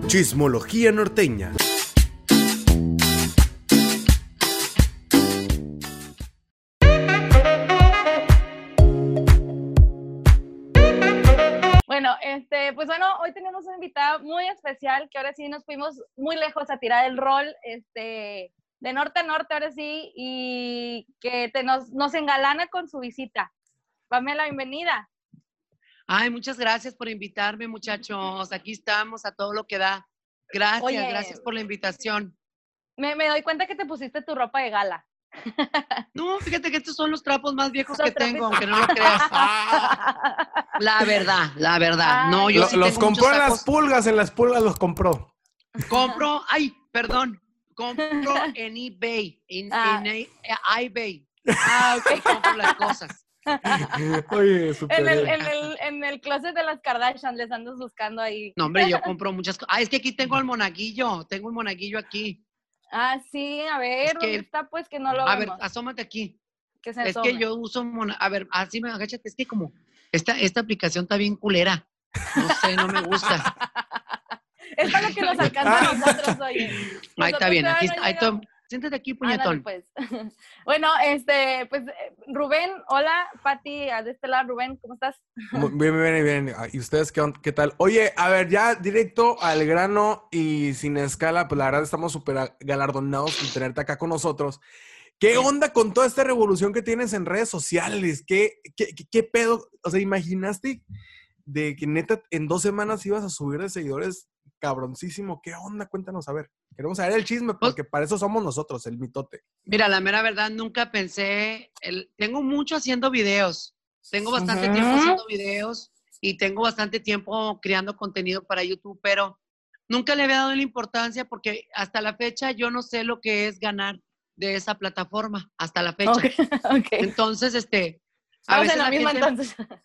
Chismología norteña. Bueno, hoy tenemos una invitada muy especial que ahora sí nos fuimos muy lejos a tirar el rol, de norte a norte ahora sí, y que nos engalana con su visita. Pamela, bienvenida. Ay, muchas gracias por invitarme, muchachos. Aquí estamos a todo lo que da. Gracias, Oye, gracias por la invitación. Me doy cuenta que te pusiste tu ropa de gala. No, fíjate que estos son los trapos más viejos que tengo, aunque no lo creas. La verdad. Ay, No, yo sí los tengo compró muchos en sacos. en las pulgas los compró. Compro en eBay, en eBay. Ok. Compro las cosas. Oye, súper En el closet de las Kardashian les ando buscando ahí. No, hombre, yo compro muchas cosas. Es que aquí tengo el monaguillo, aquí. Ah, sí, a ver, ¿dónde está? Pues que no lo vemos. A ver, asómate aquí. Que se Es asome. que yo uso, a ver, así me agáchate, es que como esta aplicación está bien culera. No sé, no me gusta. Es para lo que nos alcanza a nosotros, oye. Ahí está bien, aquí no está. Siéntate aquí, puñetón. Ándale, pues. Bueno, Rubén, hola, Pati, de este lado, Rubén, ¿cómo estás? Bien. ¿Y ustedes qué tal? Oye, a ver, ya directo al grano y sin escala, pues la verdad estamos súper galardonados con tenerte acá con nosotros. ¿Qué onda con toda esta revolución que tienes en redes sociales? ¿Qué pedo? O sea, ¿imaginaste de que neta en 2 semanas ibas a subir de seguidores cabroncísimo? ¿Qué onda? Cuéntanos, a ver. Queremos saber el chisme porque para eso somos nosotros, el mitote. Mira, la mera verdad, nunca pensé, tengo mucho haciendo videos, tengo bastante tiempo haciendo videos y tengo bastante tiempo creando contenido para YouTube, pero nunca le había dado la importancia porque hasta la fecha yo no sé lo que es ganar de esa plataforma, hasta la fecha. Okay. Entonces, a veces la gente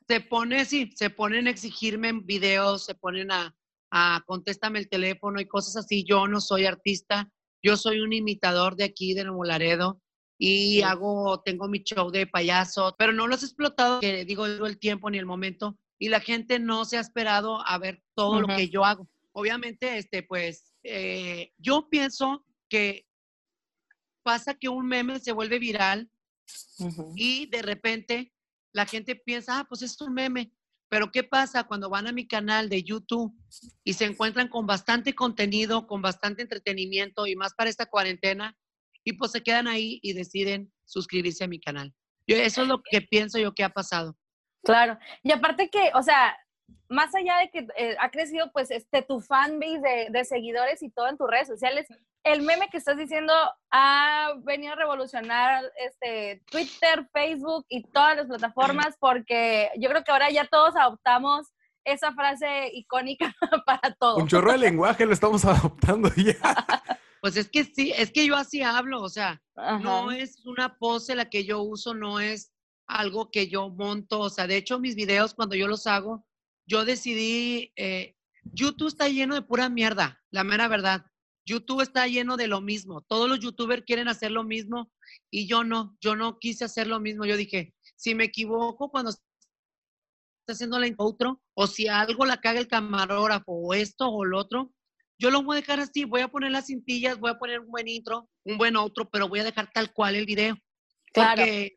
se ponen a exigirme videos, se ponen a contéstame el teléfono y cosas así. Yo no soy artista, yo soy un imitador de aquí, de Nuevo Laredo, y tengo mi show de payaso, pero no los he explotado, que digo el tiempo ni el momento, y la gente no se ha esperado a ver todo lo que yo hago. Obviamente, yo pienso que pasa que un meme se vuelve viral y de repente la gente piensa, pues es un meme. Pero ¿qué pasa cuando van a mi canal de YouTube y se encuentran con bastante contenido, con bastante entretenimiento y más para esta cuarentena? Y pues se quedan ahí y deciden suscribirse a mi canal. Eso es lo que pienso yo que ha pasado. Claro. Y aparte que, o sea, más allá de que ha crecido pues tu fanbase de seguidores y todo en tus redes sociales, el meme que estás diciendo ha venido a revolucionar Twitter, Facebook y todas las plataformas, porque yo creo que ahora ya todos adoptamos esa frase icónica para todo. Un chorro de lenguaje lo estamos adoptando ya. Pues es que sí, es que yo así hablo, o sea, no es una pose la que yo uso, no es algo que yo monto, o sea, de hecho mis videos cuando yo los hago, yo decidí, YouTube está lleno de pura mierda, la mera verdad. YouTube está lleno de lo mismo. Todos los youtubers quieren hacer lo mismo y yo no quise hacer lo mismo. Yo dije, si me equivoco cuando está haciendo la intro o si algo la caga el camarógrafo o esto o lo otro, yo lo voy a dejar así. Voy a poner las cintillas, voy a poner un buen intro, un buen outro, pero voy a dejar tal cual el video. Claro. Porque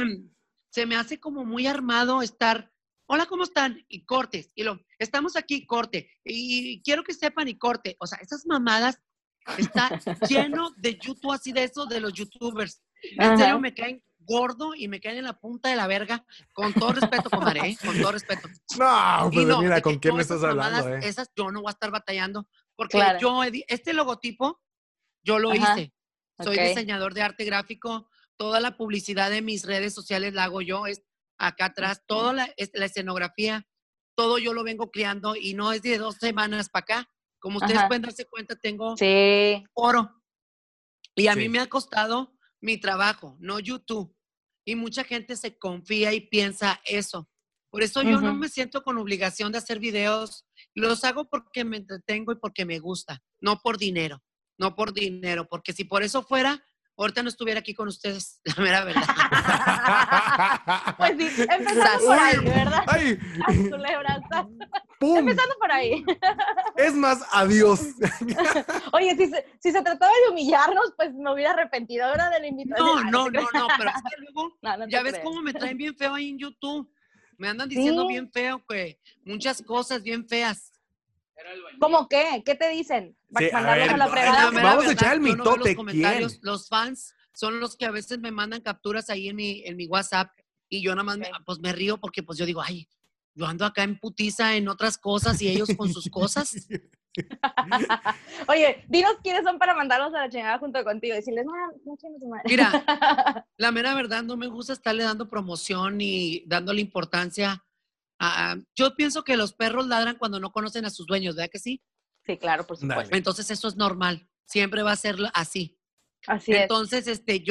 se me hace como muy armado estar, hola, ¿cómo están? Y cortes. Y estamos aquí, corte. Y quiero que sepan y corte. O sea, esas mamadas está lleno de YouTube, así de eso, de los youtubers. En serio, me caen gordo y me caen en la punta de la verga. Con todo respeto, comadre, ¿eh? Con todo respeto. No, pues no, mira, ¿con quién me estás hablando, mamadas, esas yo no voy a estar batallando. Porque claro. este logotipo, yo lo hice. Soy diseñador de arte gráfico. Toda la publicidad de mis redes sociales la hago yo. Es acá atrás. Toda la escenografía, todo yo lo vengo creando y no es de 2 semanas para acá. Como ustedes pueden darse cuenta, tengo oro. Y a mí me ha costado mi trabajo, no YouTube. Y mucha gente se confía y piensa eso. Por eso yo no me siento con obligación de hacer videos. Los hago porque me entretengo y porque me gusta. No por dinero. No por dinero. Porque si por eso fuera, ahorita no estuviera aquí con ustedes, la mera verdad. Pues sí, empezamos por ahí, ¿verdad? Ay. A culebras. ¡Pum! Empezando por ahí. Es más, adiós. Oye, si se trataba de humillarnos, pues me hubiera arrepentido ahora de la invitación. No, pero es que luego, No ya ves creas. cómo me traen bien feo ahí en YouTube. Me andan Sí. diciendo bien feo, que muchas cosas bien feas. ¿Cómo qué? ¿Qué te dicen? Sí, a ¿Mandarlos ver, a la fregada? La mera vamos a echar el yo no veo los mitote. comentarios. ¿Quién? Los fans son los que a veces me mandan capturas ahí en mi WhatsApp y yo nada más pues me río porque pues yo digo, ay, yo ando acá en putiza en otras cosas y ellos con sus cosas. Oye, dinos quiénes son para mandarlos a la chingada junto contigo y decirles, no chingues su madre. Mira, la mera verdad no me gusta estarle dando promoción y dándole importancia. Yo pienso que los perros ladran cuando no conocen a sus dueños, ¿verdad que sí? Sí, claro, por supuesto. Dale. Entonces eso es normal, siempre va a ser así. Así Entonces,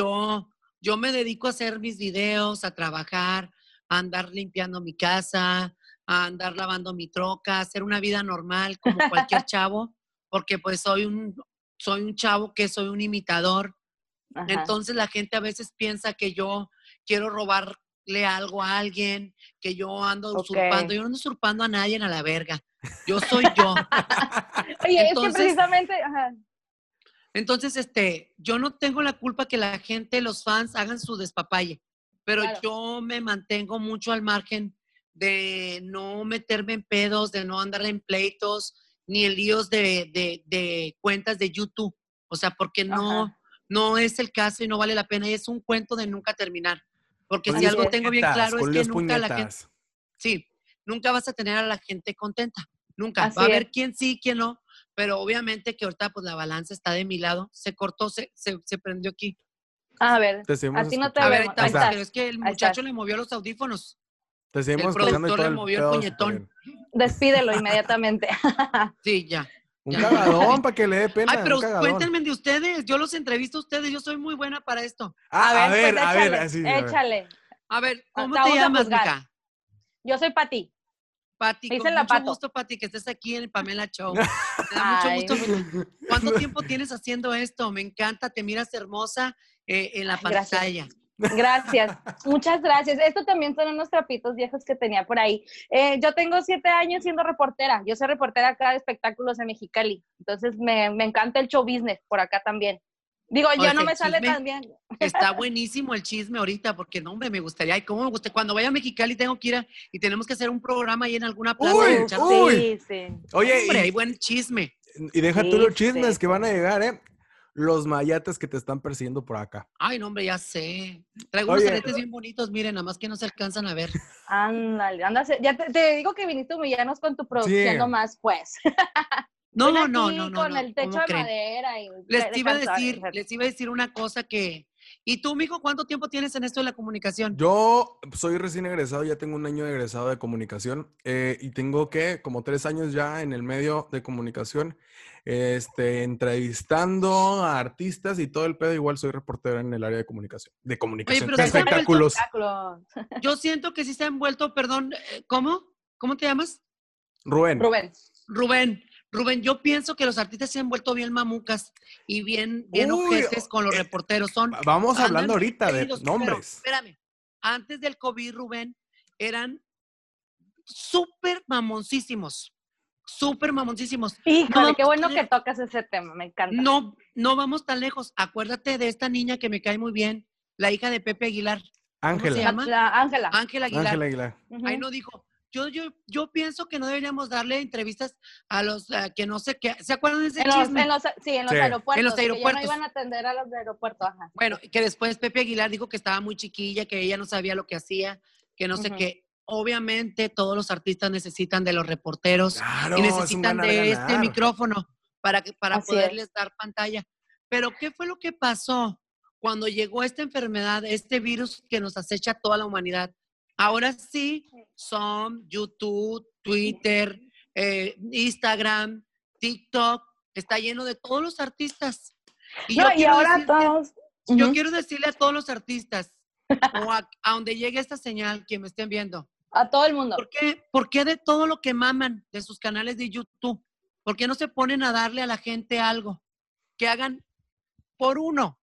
yo me dedico a hacer mis videos, a trabajar, a andar limpiando mi casa, a andar lavando mi troca, a hacer una vida normal como cualquier chavo, porque pues soy un chavo que soy un imitador. Ajá. Entonces la gente a veces piensa que yo quiero robarle algo a alguien, que yo ando usurpando. Yo no ando usurpando a nadie a la verga. Yo soy yo. Oye, Entonces, es que precisamente... Ajá. Entonces, yo no tengo la culpa que la gente, los fans, hagan su despapalle, pero Claro. yo me mantengo mucho al margen de no meterme en pedos, de no andar en pleitos, ni en líos de cuentas de YouTube. O sea, porque no es el caso y no vale la pena. Y es un cuento de nunca terminar. Porque si algo tengo bien claro es que nunca la gente... Sí, nunca vas a tener a la gente contenta. Nunca. Así va a haber es. quién sí, quién no. Pero obviamente que ahorita pues la balanza está de mi lado. Se cortó, se prendió aquí. A ver, a ti no te vemos. Ahí está. Pero es que el muchacho le movió los audífonos. Te seguimos El productor le movió el puñetón. Despídelo inmediatamente. Sí, ya. Un cagadón para que le dé pena. Ay, pero cuéntenme de ustedes. Yo los entrevisto a ustedes. Yo soy muy buena para esto. A ver, así. Échale. A ver, ¿cómo te llamas, Mica? Yo soy Pati. Pati, con mucho gusto, Pati, que estés aquí en el Pamela Show. Me da mucho gusto. ¿Cuánto tiempo tienes haciendo esto? Me encanta, te miras hermosa en la pantalla. Gracias, muchas gracias. Esto también son unos trapitos viejos que tenía por ahí. Yo tengo 7 años siendo reportera. Yo soy reportera acá de espectáculos en Mexicali. Entonces me encanta el show business por acá también. Digo, ya no me sale tan bien. Está buenísimo el chisme ahorita, porque no, hombre, me gustaría. Ay, cómo me gusta. Cuando vaya a Mexicali tengo que ir y tenemos que hacer un programa ahí en alguna plaza. Uy. Oye, hombre, hay buen chisme. Y deja tú los chismes que van a llegar, Los mayates que te están persiguiendo por acá. Ay, no, hombre, ya sé. Traigo unos aretes bien bonitos, miren, nada más que no se alcanzan a ver. Ándale, ya te digo que viniste a humillarnos con tu producción nomás, pues. No. Con el techo de madera. Y les iba a decir una cosa que... ¿Y tú, mijo, cuánto tiempo tienes en esto de la comunicación? Yo soy recién egresado, ya tengo 1 año de egresado de comunicación y tengo como 3 años ya en el medio de comunicación, entrevistando a artistas y todo el pedo. Igual soy reportero en el área de comunicación, de espectáculos. Yo siento que sí se han vuelto, perdón, ¿cómo? ¿Cómo te llamas? Rubén, yo pienso que los artistas se han vuelto bien mamucas y bien ojetes con los reporteros. Vamos hablando ahorita de nombres. Espérame, antes del COVID, Rubén, eran súper mamoncísimos. Híjole, qué bueno que tocas ese tema, me encanta. No vamos tan lejos. Acuérdate de esta niña que me cae muy bien, la hija de Pepe Aguilar. Ángela. ¿Cómo se llama? Ángela Aguilar. Ahí no dijo. Yo pienso que no deberíamos darle entrevistas a los que no sé qué. ¿Se acuerdan de ese chisme? En los aeropuertos. En los aeropuertos. Que ya no iban a atender a los aeropuertos. Ajá. Bueno, que después Pepe Aguilar dijo que estaba muy chiquilla, que ella no sabía lo que hacía, que no sé qué. Obviamente todos los artistas necesitan de los reporteros y necesitan de este micrófono para poderles dar pantalla. Pero ¿qué fue lo que pasó cuando llegó esta enfermedad, este virus que nos acecha a toda la humanidad? Ahora sí son YouTube, Twitter, Instagram, TikTok, está lleno de todos los artistas. Yo quiero decirle a todos los artistas, o a donde llegue esta señal, que me estén viendo. A todo el mundo. ¿Por qué de todo lo que maman de sus canales de YouTube? ¿Por qué no se ponen a darle a la gente algo? Que hagan por uno.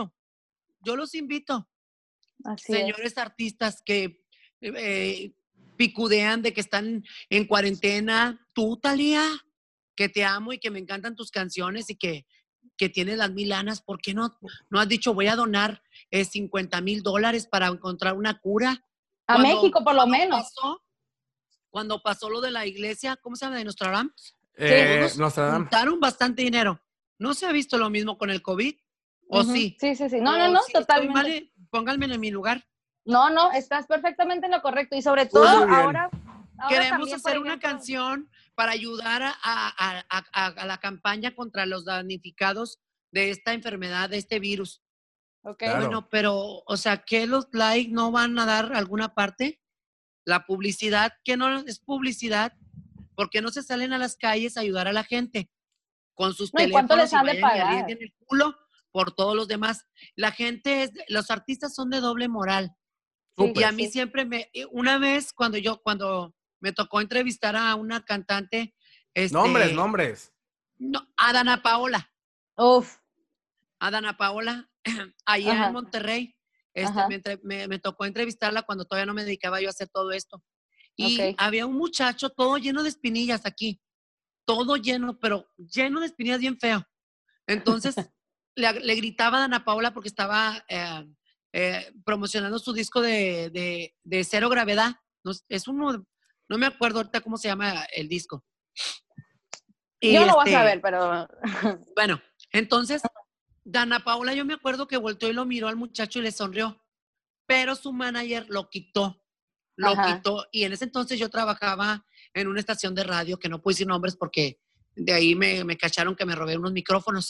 Yo los invito, señores artistas, que picudean de que están en cuarentena. Tú, Talía, que te amo y que me encantan tus canciones y que tienes las 1,000 lanas, ¿por qué no has dicho voy a donar $50,000 para encontrar una cura? A México, por lo menos. Cuando pasó lo de la iglesia, ¿cómo se llama? De Nostradamus. Nostradamus. Juntaron bastante dinero. ¿No se ha visto lo mismo con el COVID? ¿O sí? Sí. No, si totalmente. estoy mal, pónganme en mi lugar. No, estás perfectamente en lo correcto. Y sobre todo ahora queremos también, hacer una canción para ayudar a la campaña contra los damnificados de esta enfermedad, de este virus. Okay. Claro. Bueno, pero, o sea, ¿que los likes no van a dar alguna parte? La publicidad, que no es publicidad, ¿por qué no se salen a las calles a ayudar a la gente? Con sus teléfonos, ¿cuánto les han de vayan y pagar? arriesguen el culo por todos los demás. La gente, los artistas son de doble moral. Sí, y a mí siempre una vez cuando me tocó entrevistar a una cantante, Nombres. No, a Dana Paola. Uf. A Dana Paola, allá en Monterrey. Me tocó entrevistarla cuando todavía no me dedicaba yo a hacer todo esto. Y había un muchacho todo lleno de espinillas aquí. Todo lleno, pero lleno de espinillas bien feo. Entonces, le gritaba a Dana Paola porque estaba promocionando su disco de Cero Gravedad. No me acuerdo ahorita cómo se llama el disco. Yo no voy a saber, pero... Bueno, entonces, Dana Paola, yo me acuerdo que volteó y lo miró al muchacho y le sonrió, pero su manager lo quitó. Y en ese entonces yo trabajaba en una estación de radio, que no puedo decir nombres porque de ahí me cacharon que me robé unos micrófonos.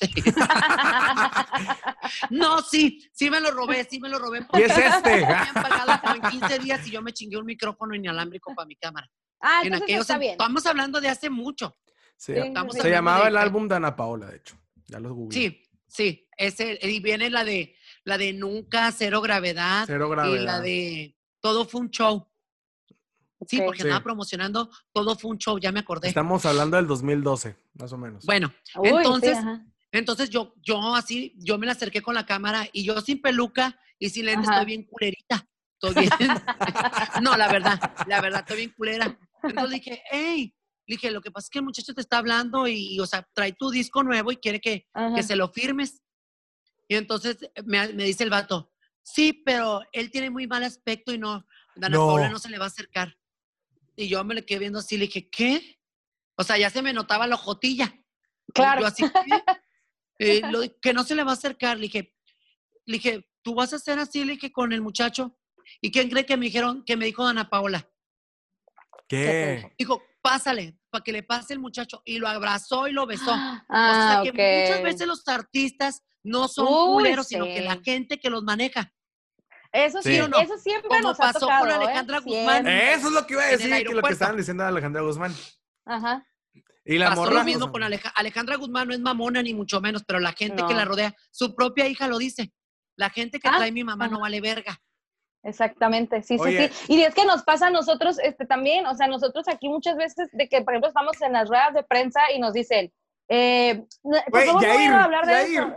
No, sí me lo robé. ¿Y es este? Me habían pagado como en 15 días y yo me chingué un micrófono inalámbrico para mi cámara. Entonces está bien. Estamos hablando de hace mucho. Sí, se llamaba el álbum de Dana Paola, de hecho. Ya los googleé. Sí. Y viene la de Nunca, Cero Gravedad. Cero Gravedad. Y la de Todo fue un show. Sí, porque estaba promocionando Todo fue un show, ya me acordé. Estamos hablando del 2012, más o menos. Bueno, entonces yo me la acerqué con la cámara y yo sin peluca y sin lentes estoy bien culerita. Estoy bien. No, la verdad, estoy bien culera. Entonces dije, lo que pasa es que el muchacho te está hablando y o sea, trae tu disco nuevo y quiere que se lo firmes. Y entonces me dice el vato, sí, pero él tiene muy mal aspecto y Dana Paola no se le va a acercar. Y yo me le quedé viendo así, le dije, ¿qué? O sea, ya se me notaba la ojotilla. Claro. Yo así, ¿qué? Que no se le va a acercar. Le dije, ¿tú vas a hacer así? Le dije, con el muchacho. ¿Y quién cree que me dijo Dana Paola? ¿Qué? Dijo, pásale, para que le pase el muchacho. Y lo abrazó y lo besó. O sea, que muchas veces los artistas no son culeros, sino que la gente que los maneja. Eso sí, ¿o no? Eso siempre como nos ha pasó tocado, con Alejandra Guzmán. Eso es lo que iba a decir, que lo que estaban diciendo de Alejandra Guzmán. Ajá. Y la pasó morra, lo mismo con Alejandra Guzmán, no es mamona ni mucho menos, pero la gente que la rodea, su propia hija lo dice. La gente que trae mi mamá no vale verga. Exactamente, sí. Oye. Y es que nos pasa a nosotros también, o sea, nosotros aquí muchas veces de que, por ejemplo, estamos en las ruedas de prensa y nos dicen, por favor, no vayan a hablar de eso.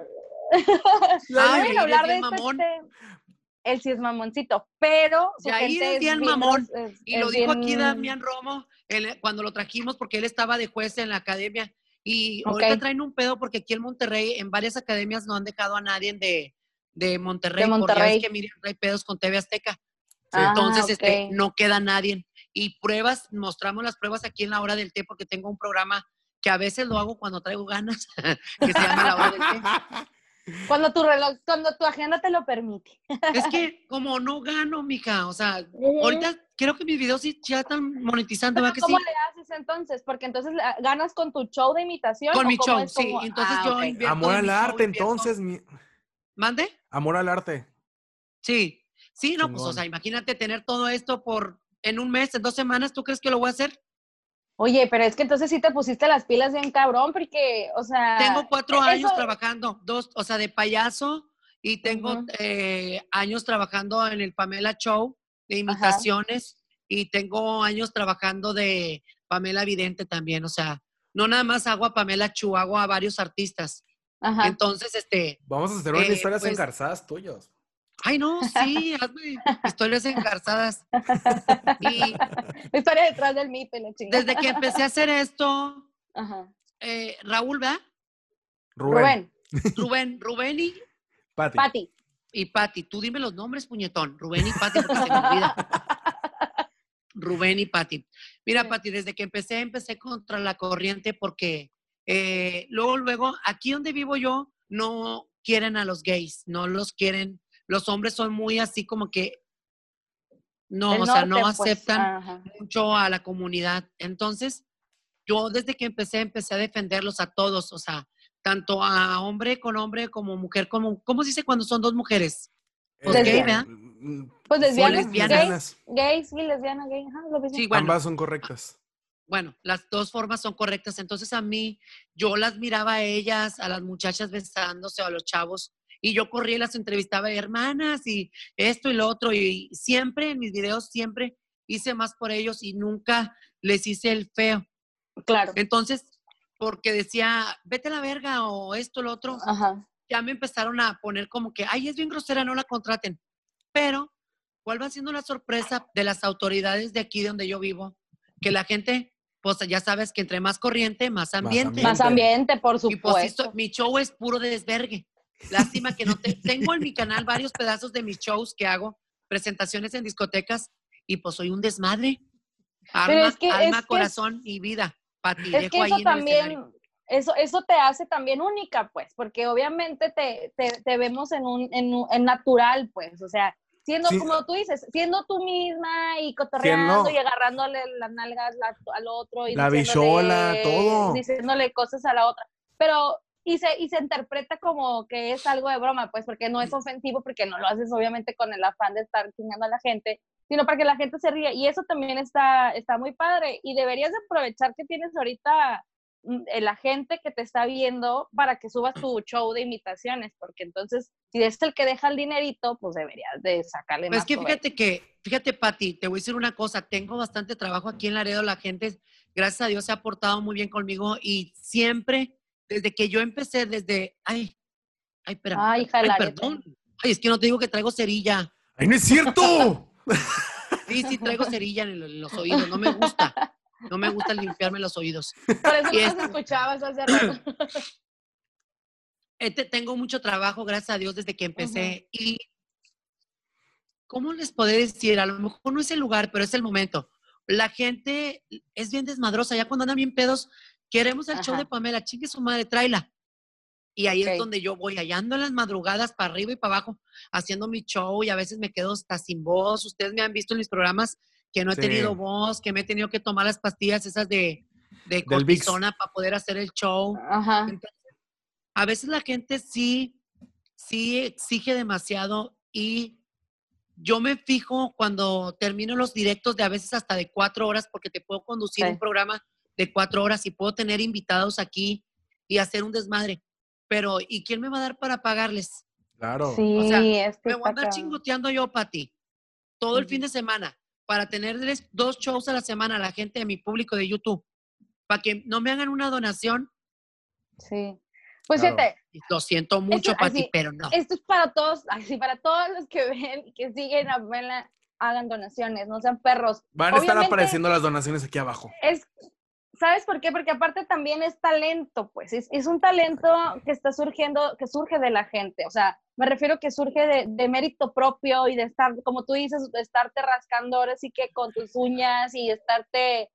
No vayan a hablar de esto. Él sí es mamoncito, pero su gente es bien mamón. Y lo dijo aquí Damián Romo cuando lo trajimos porque él estaba de juez en la academia. Y ahorita traen un pedo porque aquí en Monterrey, en varias academias no han dejado a nadie de Monterrey. Porque ya ves que Miriam trae pedos con TV Azteca. Sí. Entonces, no queda nadie. Y mostramos las pruebas aquí en La Hora del Té porque tengo un programa que a veces lo hago cuando traigo ganas, que se llama La Hora del Té. Cuando tu agenda te lo permite. Es que como no gano, mija, o sea, ahorita creo que mis videos sí ya están monetizando. ¿Pero cómo le haces entonces? Porque entonces ganas con tu show de imitación. Con mi show, sí. Entonces yo invierto amor al arte, entonces. ¿Mande? Amor al arte. Sí, no, pues, o sea, imagínate tener todo esto en un mes, en 2 semanas, ¿tú crees que lo voy a hacer? Oye, pero es que entonces sí te pusiste las pilas bien cabrón, porque, o sea... Tengo 4 años trabajando, 2, o sea, de payaso, y tengo años trabajando en el Pamela Show de imitaciones, y tengo años trabajando de Pamela Vidente también, o sea, no nada más hago a Pamela Chu, hago a varios artistas. Entonces, vamos a hacer unas historias engarzadas tuyas. Ay, no, sí, hazme historias engarzadas. Y La historia detrás del MIP, la chingada. desde que empecé a hacer esto, Ajá. Raúl, ¿verdad? Rubén. Rubén Pati. y Pati. Tú dime los nombres, puñetón. Rubén y Pati, porque se me olvida. Rubén y Pati. Mira, Sí. Pati, desde que empecé contra la corriente porque luego, aquí donde vivo yo, no quieren a los gays, no los quieren. Los hombres son muy así como que, no, El o sea, norte, no pues. aceptan Ajá. mucho a la comunidad. Entonces, yo desde que empecé a defenderlos a todos, o sea, tanto a hombre como mujer, ¿cómo se dice cuando son dos mujeres? Pues gay, ¿verdad? Pues sí, lesbianas, lesbianas. gays y lesbianas, gay, ajá, lo mismo. Sí, bueno. Ambas son correctas. Bueno, las dos formas son correctas. Entonces a mí, yo las miraba a ellas, a las muchachas besándose o a los chavos, y yo corría y las entrevistaba, hermanas, y esto y lo otro, y siempre en mis videos, siempre hice más por ellos y nunca les hice el feo. Claro. Entonces, porque decía, vete a la verga o esto, lo otro, Ajá. ya me empezaron a poner como que, ay, es bien grosera, no la contraten. Pero, ¿cuál va siendo la sorpresa de las autoridades de aquí donde yo vivo? Que la gente, pues ya sabes que entre más corriente, más ambiente. Más ambiente, por Y pues sí, supuesto. mi show es puro desvergue. Lástima que no tengo en mi canal varios pedazos de mis shows que hago, presentaciones en discotecas, y pues soy un desmadre. Alma, corazón y vida. Pati, es dejo que ahí eso en también, el escenario. eso te hace también única, pues, porque obviamente te vemos en natural, pues, o sea, siendo, Sí. como tú dices, siendo tú misma y cotorreando y agarrándole las nalgas al otro y la bichola, todo. diciéndole cosas a la otra, pero y se interpreta como que es algo de broma, pues, porque no es ofensivo, porque no lo haces obviamente con el afán de estar chingando a la gente, sino para que la gente se ría, y eso también está muy padre, y deberías de aprovechar que tienes ahorita la gente que te está viendo para que subas tu show de imitaciones, porque entonces, si es el que deja el dinerito, pues deberías de sacarle pues más provecho. Fíjate, Pati, te voy a decir una cosa, tengo bastante trabajo aquí en Laredo, la gente, gracias a Dios, se ha portado muy bien conmigo, y siempre, desde que yo empecé, espérame, perdón, es que no te digo que traigo cerilla. ¡Ay, no es cierto! Sí, traigo cerilla en los oídos, no me gusta limpiarme los oídos. Por eso no nos escuchabas hace rato. Tengo mucho trabajo, gracias a Dios, desde que empecé. Y, ¿cómo les puedo decir? A lo mejor no es el lugar, pero es el momento. La gente es bien desmadrosa. Ya cuando andan bien pedos, queremos el show de Pamela, chingue su madre, tráela. Y ahí es donde yo voy, allá ando en las madrugadas, para arriba y para abajo, haciendo mi show, y a veces me quedo hasta sin voz. Ustedes me han visto en mis programas que no he tenido voz, que me he tenido que tomar las pastillas esas de cortisona para poder hacer el show. Ajá. Entonces, a veces la gente sí exige demasiado, y yo me fijo cuando termino los directos de a veces hasta de 4 horas, porque te puedo conducir un programa de 4 horas y puedo tener invitados aquí y hacer un desmadre. Pero, ¿y quién me va a dar para pagarles? Claro. Sí, o sea, es que me voy a andar chingoteando yo, Pati, todo el fin de semana, para tenerles 2 shows a la semana a la gente de mi público de YouTube, para que no me hagan una donación. Sí. Pues fíjate. Lo siento mucho, Pati, pero no. Esto es para todos, así para todos los que ven y que siguen a Pamela, hagan donaciones, no sean perros. Van a estar apareciendo las donaciones aquí abajo. ¿Sabes por qué? Porque aparte también es talento, pues, es un talento que está surgiendo, que surge de la gente, o sea, me refiero que surge de mérito propio y de estar, como tú dices, de estarte rascando ahora sí que con tus uñas y estarte,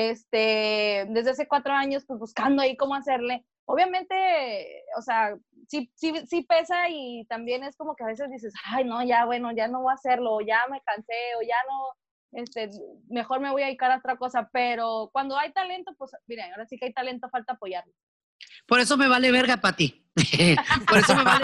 desde hace 4 años, pues, buscando ahí cómo hacerle. Obviamente, o sea, sí pesa, y también es como que a veces dices, ay, no, ya, bueno, ya no voy a hacerlo, o ya me cansé, o ya no, mejor me voy a dedicar a otra cosa, pero cuando hay talento, pues miren, ahora sí que hay talento, falta apoyarlo. Por eso me vale verga, Pati. Por eso me vale.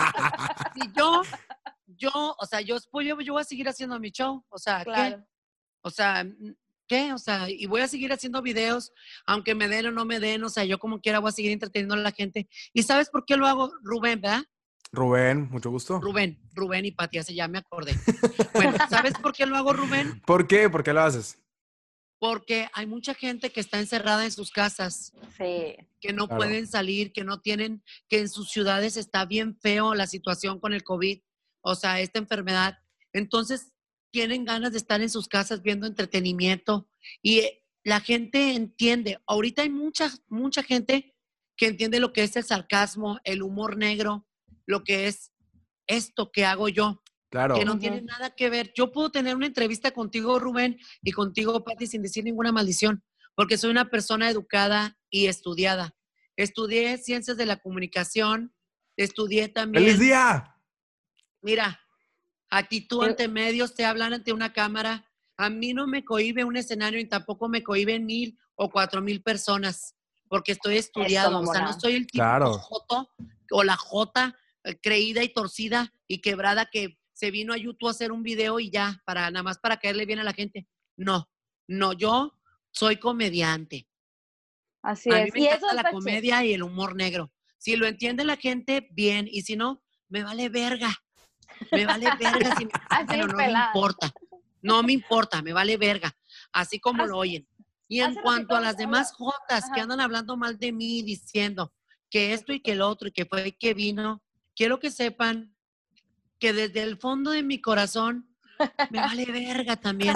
Y yo, o sea, yo voy a seguir haciendo mi show, o sea, claro. ¿qué? O sea, ¿qué? O sea, y voy a seguir haciendo videos, aunque me den o no me den, o sea, yo como quiera voy a seguir entreteniendo a la gente. ¿Y sabes por qué lo hago, Rubén, verdad? Rubén, mucho gusto. Rubén y Pati, ya me acordé. Bueno, ¿sabes por qué lo hago, Rubén? ¿Por qué? ¿Por qué lo haces? Porque hay mucha gente que está encerrada en sus casas, que no pueden salir, que no tienen, que en sus ciudades está bien feo la situación con el COVID, o sea, esta enfermedad. Entonces, tienen ganas de estar en sus casas viendo entretenimiento y la gente entiende. Ahorita hay mucha gente que entiende lo que es el sarcasmo, el humor negro, lo que es esto que hago yo, Claro. que no tiene nada que ver. Yo puedo tener una entrevista contigo, Rubén, y contigo, Pati, sin decir ninguna maldición, porque soy una persona educada y estudiada. Estudié ciencias de la comunicación, estudié también... ¡Feliz día! Mira, actitud ante medios, te hablan ante una cámara. A mí no me cohíbe un escenario y tampoco me cohíben 1,000 o 4,000 personas, porque estoy estudiado. O sea, no soy el típico joto o la jota creída y torcida y quebrada que se vino a YouTube a hacer un video y ya, nada más para caerle bien a la gente. No, yo soy comediante. Así es. A mí me encanta la comedia y el humor negro. Si lo entiende la gente, bien. Y si no, me vale verga. Me vale verga si me pero no me importa. No me importa, me vale verga. Así como lo oyen. Y en cuanto a las demás jotas que andan hablando mal de mí, diciendo que esto y que el otro, y que fue y que vino, quiero que sepan que desde el fondo de mi corazón me vale verga también.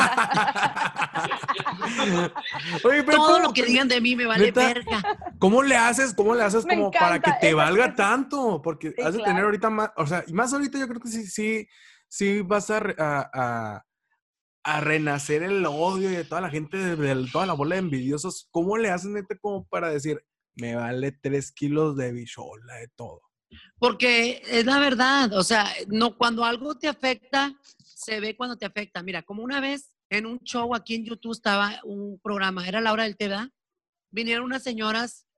Oye, pero todo lo que digan de mí me vale verga. ¿Cómo le haces como para que te valga tanto? Porque has de tener ahorita más, o sea, y más ahorita yo creo que sí vas a renacer el odio de toda la gente, de toda la bola de envidiosos. ¿Cómo le haces, neta, como para decir, me vale 3 kilos de bichola, de todo? Porque es la verdad, o sea, no, cuando algo te afecta, se ve cuando te afecta. Mira, como una vez en un show aquí en YouTube estaba un programa, era la hora del té, ¿verdad? Vinieron unas señoras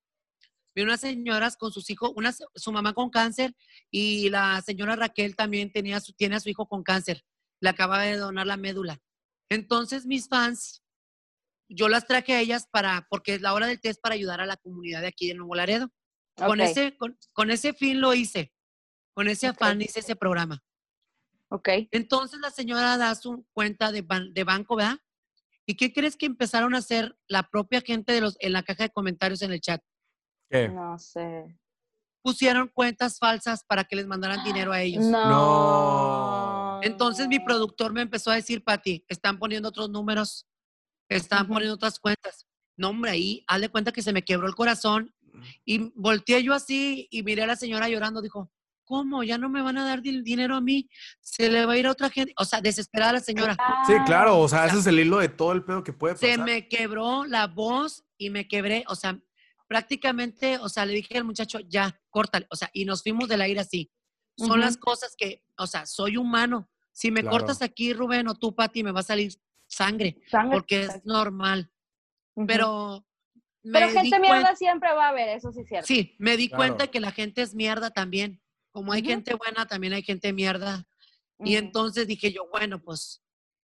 con sus hijos, su mamá con cáncer y la señora Raquel también tiene a su hijo con cáncer. Le acaba de donar la médula. Entonces mis fans, yo las traje a ellas porque la hora del té es para ayudar a la comunidad de aquí de Nuevo Laredo. Okay. Con ese fin lo hice, con ese afán hice ese programa. Okay. Entonces la señora da su cuenta de banco, ¿verdad? ¿Y qué crees que empezaron a hacer la propia gente en la caja de comentarios en el chat? ¿Qué? No sé. Pusieron cuentas falsas para que les mandaran dinero a ellos. No. Entonces mi productor me empezó a decir, Pati, están poniendo otros números, están poniendo otras cuentas. No, hombre, ahí, hazle cuenta que se me quebró el corazón y volteé yo así y miré a la señora llorando, dijo, ¿cómo? ¿Ya no me van a dar dinero a mí? Se le va a ir a otra gente. O sea, desesperada la señora. Sí, claro, o sea, ese es el hilo de todo el pedo que puede pasar. Se me quebró la voz y me quebré, o sea, prácticamente, o sea, le dije al muchacho, ya, córtale, o sea, y nos fuimos del aire así. Son las cosas que, o sea, soy humano. Si me cortas aquí, Rubén, o tú, Pati, me va a salir sangre porque es normal. Pero gente mierda siempre va a haber, eso sí es cierto. Sí, me di cuenta que la gente es mierda también. Como hay gente buena, también hay gente mierda. Y entonces dije yo, bueno, pues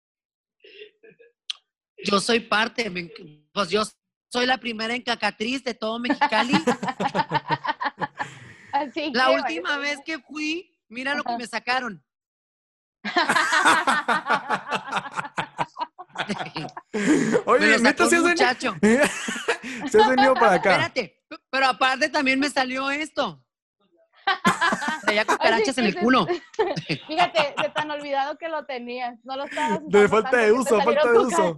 yo soy parte, pues yo soy la primera encacatriz de todo Mexicali. Así la última vez que fui, mira lo que me sacaron. Oye, neta, se muchacho. Se has venido para acá. Espérate, pero aparte también me salió esto. Traía cucarachas en el culo. Fíjate, de tan olvidado que lo tenías. No lo estabas usando. De falta de uso, falta de uso.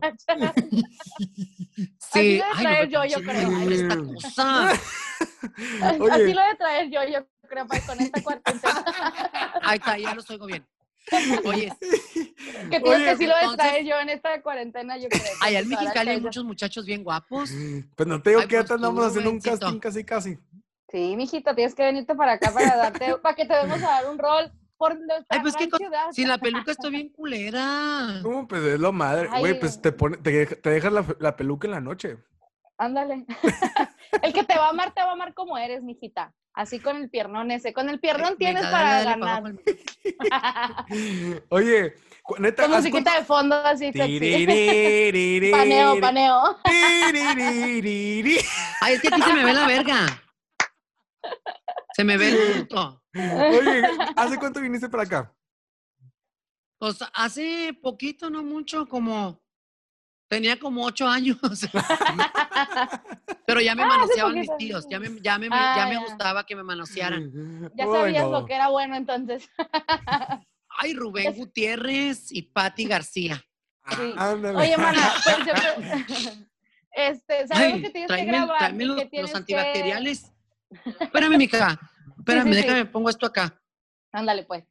Sí. Así lo de traer yo creo. Esta cosa. Así lo de traer yo creo, con esta cuarentena. Ahí está, ya los oigo bien. Oye. Que tienes que sí lo de traer yo en esta cuarentena, yo creo. Allá en Mexicali hay muchos muchachos bien guapos. Pues no te digo que ya te andamos haciendo un casting casi. Sí, mijito, tienes que venirte para acá para que te vamos a dar un rol por nuestra gran ciudad. Si la peluca está bien culera. No, pues es lo madre. Güey, pues te dejas la peluca en la noche. Ándale. El que te va a amar como eres, mijita. Así con el piernón ese. Con el piernón tienes para ganar. Oye, neta. Con musiquita de fondo así. Paneo. Ay, es que aquí se me ve la verga. Se me ve el punto. Oye, ¿hace cuánto viniste para acá? Pues hace poquito, no mucho, tenía como 8 años. Pero ya me manoseaban mis tíos, ya me gustaba que me manosearan. Ya sabías lo que era bueno entonces. Ay, Rubén Gutiérrez y Patti García. Sí. Oye, mana, pues sabemos que tienes que grabar. Tráeme y que los antibacteriales. Espérame, mija. Espérame, déjame, pongo esto acá. Ándale, pues.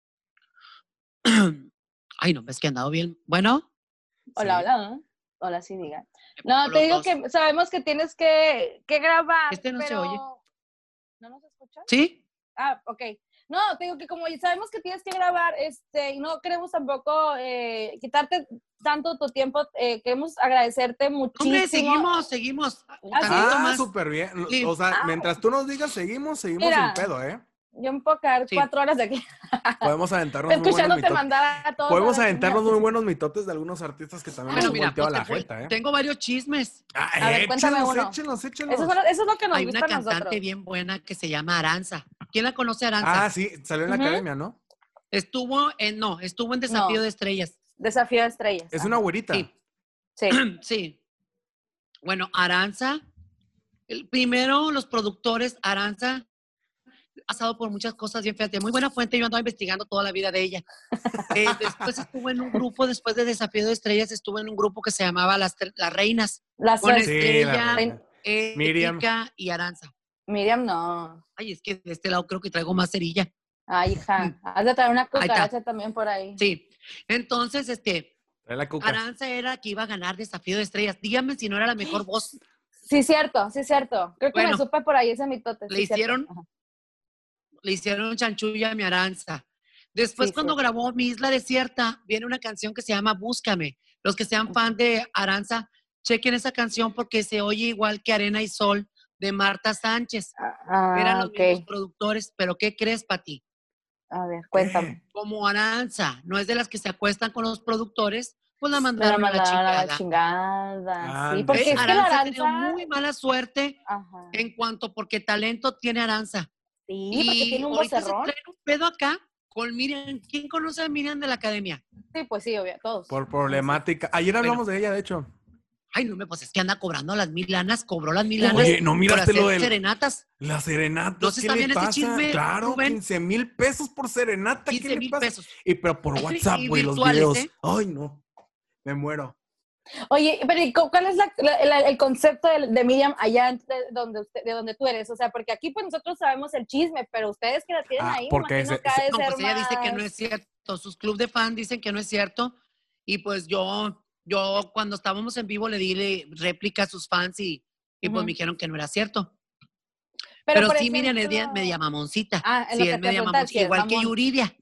Ay, no, es que he andado bien. Bueno. Hola, sí. Hola. Hola, sí, diga. No, te digo que sabemos que tienes que grabar. No se oye. ¿No nos escuchas? ¿Sí? Ah, ok. No, te digo que como sabemos que tienes que grabar, y no queremos tampoco quitarte tanto tu tiempo, queremos agradecerte muchísimo. Hombre, seguimos. Súper bien. Sí. O sea, mientras tú nos digas seguimos sin pedo, ¿eh? Yo me puedo quedar 4 horas de aquí. Podemos aventarnos escuchándote mandar a todos. Podemos aventarnos muy buenos mitotes de algunos artistas que también nos han volteado a la jeta, ¿eh? Tengo varios chismes. A ver, cuéntame uno. Échelos. Eso es lo que nos gusta a nosotros. Hay una cantante bien buena que se llama Aranza. ¿Quién la conoce, Aranza? Ah, sí, salió en la academia, ¿no? Estuvo en Desafío de Estrellas. Desafío de Estrellas. Es una güerita. Sí. Sí. Bueno, Aranza. Primero, los productores, Aranza, ha pasado por muchas cosas bien feas. De muy buena fuente, yo andaba investigando toda la vida de ella. Después estuvo en un grupo, después de Desafío de Estrellas, estuvo en un grupo que se llamaba Las Reinas. Con Estrella, Erika y Aranza. Miriam, no. Ay, es que de este lado creo que traigo más cerilla. Ay, hija, has de traer una cucaracha también por ahí. Sí. Entonces, la cuca. Aranza era que iba a ganar Desafío de Estrellas. Dígame si no era la mejor voz. Sí, cierto. Creo que me supe por ahí ese mitote. Le hicieron chanchulla a mi Aranza. Después, cuando grabó Mi Isla Desierta, viene una canción que se llama Búscame. Los que sean fan de Aranza, chequen esa canción porque se oye igual que Arena y Sol de Marta Sánchez. Eran los mismos productores, pero ¿qué crees, Pati? A ver, cuéntame. Como Aranza no es de las que se acuestan con los productores, pues la mandaron a la chingada. Sí, porque Aranza ha tenido muy mala suerte en cuanto porque talento tiene Aranza. Sí, porque tiene un vocerrón. Se trae un pedo acá con Miriam. ¿Quién conoce a Miriam de la academia? Sí, pues sí, obvio, todos. Por problemática. Ayer hablamos de ella, de hecho. Ay, no, pues es que anda cobrando las 1,000 lanas, cobró las 1,000 lanas. Oye, no miraste lo de serenatas. Las serenatas, ¿no se sabían ese chisme? Claro, Rubén. 15,000 pesos por serenata. 15,000 pesos. Pero por WhatsApp, güey, los videos. Ay, no, me muero. Oye, pero ¿cuál es el concepto de Miriam allá de donde tú eres? O sea, porque aquí pues nosotros sabemos el chisme, pero ustedes que la tienen ahí, porque ella dice que no es cierto. Sus clubs de fan dicen que no es cierto. Y pues yo cuando estábamos en vivo le di réplica a sus fans y pues me dijeron que no era cierto. Pero sí, Miriam es media mamoncita. Sí, es media mamoncita, igual que Yuridia.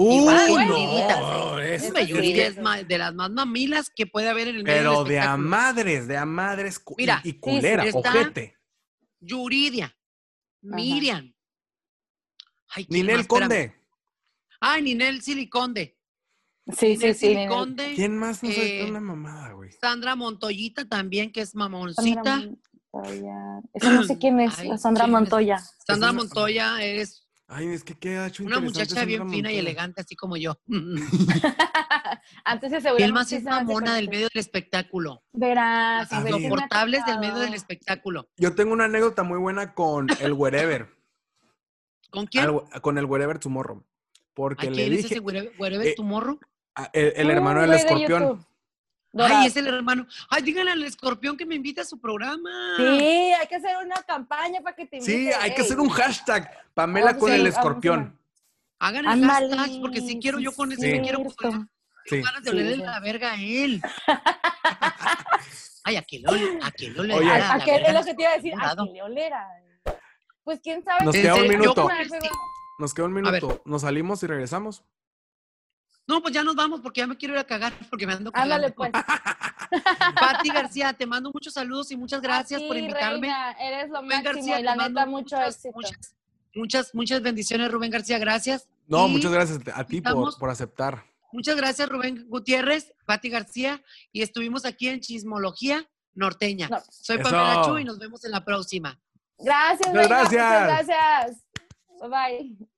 Yuridia es de las más mamilas que puede haber en el medio del espectáculo. Pero de a madres y culera, ojete. Yuridia, Miriam. Ay, Ninel Conde. Ay, Ninel Siliconde. Sí. Siliconde. ¿Quién más nos ha una mamada, güey? Sandra Montoyita también, que es mamoncita. Esa no sé quién es, Sandra Montoya. Sandra Montoya es... Ay, es que queda una muchacha bien fina y elegante, así como yo. Antes se aseguraba. Y el más es mamona del medio del espectáculo. Verás. Las insoportables del medio del espectáculo. Yo tengo una anécdota muy buena con el Wherever. ¿Con quién? Con el Wherever Tomorrow. Porque le quién dije... es ese Wherever Tomorrow? El hermano del escorpión. Ay, es el hermano. Ay, díganle al escorpión que me invite a su programa. Sí, hay que hacer una campaña para que te invite. Sí, hay que hacer un hashtag. Pamela con el escorpión. Hagan el hashtag, porque si quiero yo con eso, me quiero comer. Tengo ganas de olerle la verga a él. Ay, a que le olera. Es lo que te iba a decir, a que le olera. Pues quién sabe. Nos queda un minuto. Nos salimos y regresamos. No, pues ya nos vamos porque ya me quiero ir a cagar porque me ando cagando. Ándale, pues. Pati García, te mando muchos saludos y muchas gracias por invitarme. Reina, eres lo Rubén máximo García, y la neta mucho éxito. Muchas bendiciones, Rubén García, gracias. No, muchas gracias a ti por aceptar. Muchas gracias, Rubén Gutiérrez, Pati García, y estuvimos aquí en Chismología Norteña. Soy Pamela Chu y nos vemos en la próxima. Gracias, Reina, muchas gracias. Bye bye.